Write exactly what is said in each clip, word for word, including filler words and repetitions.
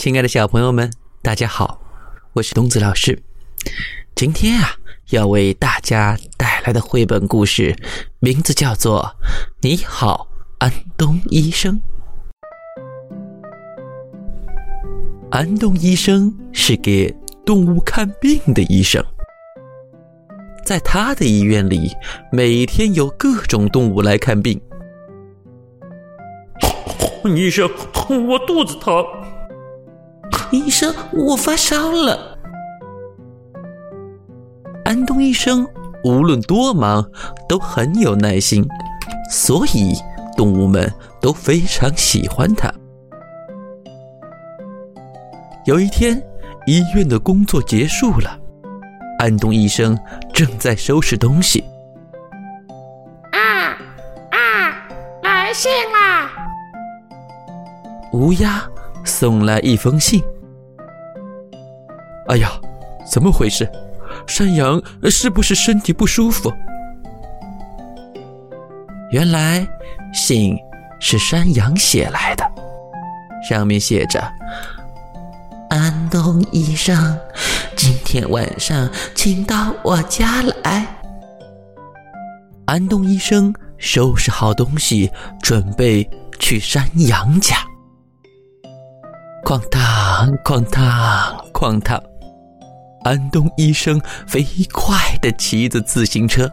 亲爱的小朋友们，大家好，我是东子老师。今天啊，要为大家带来的绘本故事名字叫做《你好，安东医生》。安东医生是给动物看病的医生，在他的医院里，每天有各种动物来看病。 医生，我肚子疼。 医生，我发烧了。 安东医生无论多忙都很有耐心，所以动物们都非常喜欢他。有一天，医院的工作结束了，安东医生正在收拾东西。 啊啊！来信啦！ 乌鸦送来一封信。哎呀，怎么回事？山羊是不是身体不舒服？原来信是山羊写来的，上面写着： 安东医生，今天晚上请到我家来。 安东医生收拾好东西，准备去山羊家。哐当哐当哐当，安东医生飞快地骑着自行车。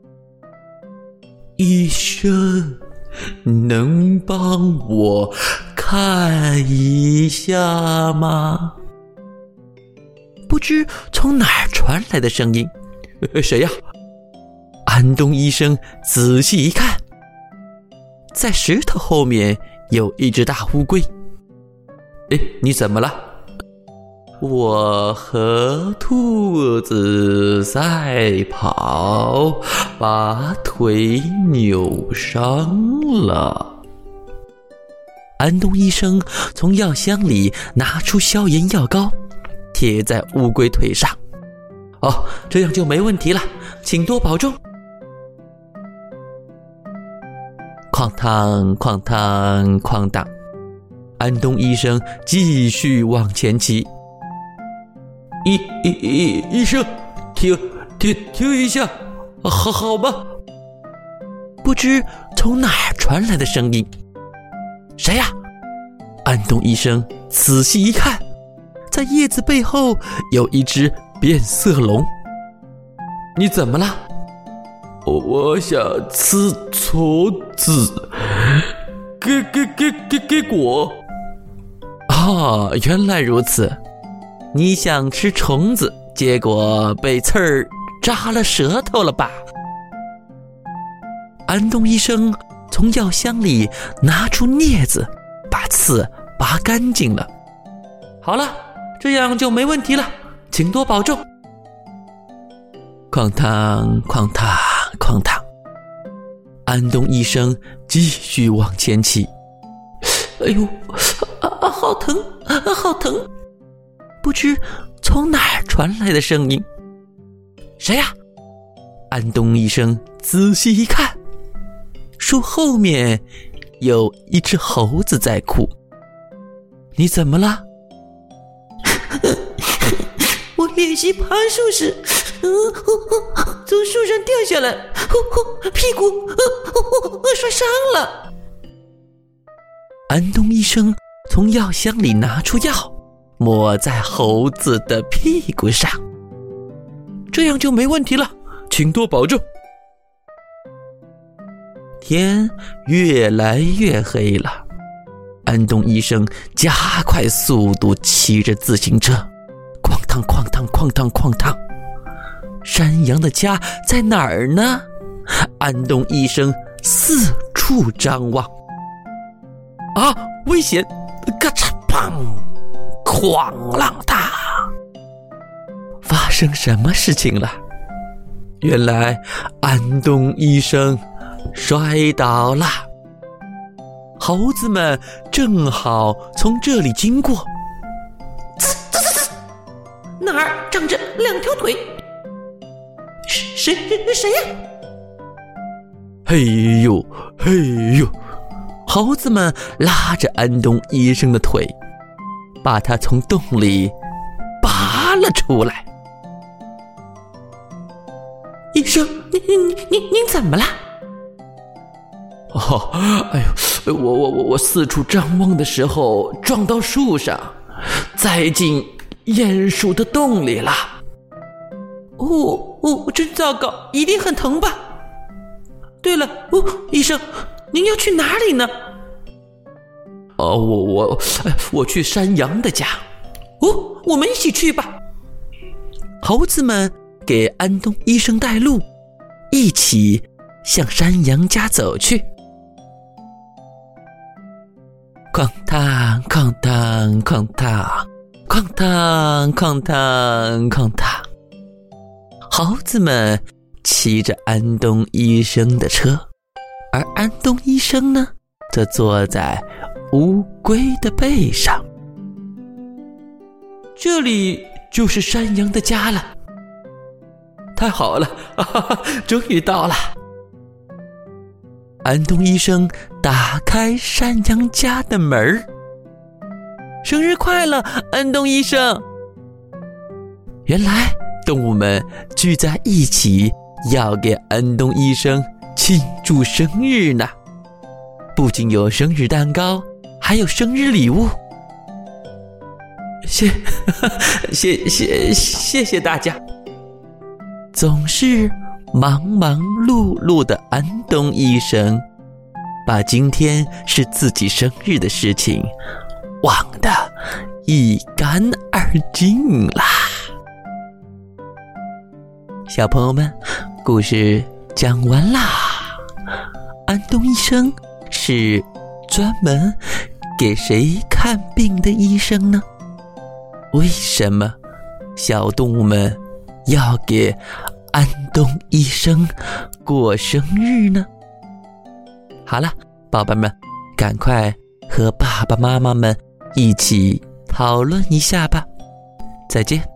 医生，能帮我看一下吗？不知从哪儿传来的声音，呃、谁呀？安东医生仔细一看，在石头后面有一只大乌龟。哎，你怎么了？我和兔子赛跑，把腿扭伤了。安东医生从药箱里拿出消炎药膏，贴在乌龟腿上。哦，这样就没问题了，请多保重。哐当哐当哐当，安东医生继续往前骑。医医医医生，停停停一下，好好吧。不知从哪儿传来的声音，谁呀？安东医生仔细一看，在叶子背后有一只变色龙。你怎么了？我想吃虫子，给给给给给果。哦，原来如此，你想吃虫子，结果被刺儿扎了舌头了吧？安东医生从药箱里拿出镊子，把刺拔干净了。好了，这样就没问题了，请多保重。哐当哐当哐当，安东医生继续往前骑。哎呦，啊，好疼，啊，好疼！不知从哪儿传来的声音，谁呀？安东医生仔细一看，树后面有一只猴子在哭。你怎么了？ 我练习爬树时，嗯，从树上掉下来，屁股摔伤了。 安东医生从药箱里拿出药，抹在猴子的屁股上。这样就没问题了，请多保重。天越来越黑了，安东医生加快速度骑着自行车，哐当哐当哐当哐当。山羊的家在哪儿呢？安东医生四处张望。啊，危险！嘎嚓砰，哐啷当！发生什么事情了？原来安东医生摔倒了。猴子们正好从这里经过。 哪儿长着两条腿？谁谁呀？ 嘿呦嘿呦！猴子们拉着安东医生的腿， 把它从洞里拔了出来。 医生，您您您您怎么了？ 哦，哎呦，我我我我四处张望的时候撞到树上，栽进鼹鼠的洞里了。 哦哦，真糟糕，一定很疼吧？对了，哦，医生，您要去哪里呢？ 哦，我我我去山羊的家。 哦，我们一起去吧。 猴子们给安东医生带路，一起向山羊家走去。哐当哐当哐当哐当哐当哐当，猴子们骑着安东医生的车，而安东医生呢，则坐在乌龟的背上。这里就是山羊的家了。太好了，哈哈哈，终于到了。安东医生打开山羊家的门儿。生日快乐，安东医生！原来动物们聚在一起，要给安东医生庆祝生日呢。不仅有生日蛋糕，还有生日礼物。谢谢谢谢谢大家。总是忙忙碌碌的安东医生，把今天是自己生日的事情忘得一干二净啦。小朋友们，故事讲完啦。安东医生是专门给谁看病的医生呢？为什么小动物们要给安东医生过生日呢？好了，宝贝们，赶快和爸爸妈妈们一起讨论一下吧。再见。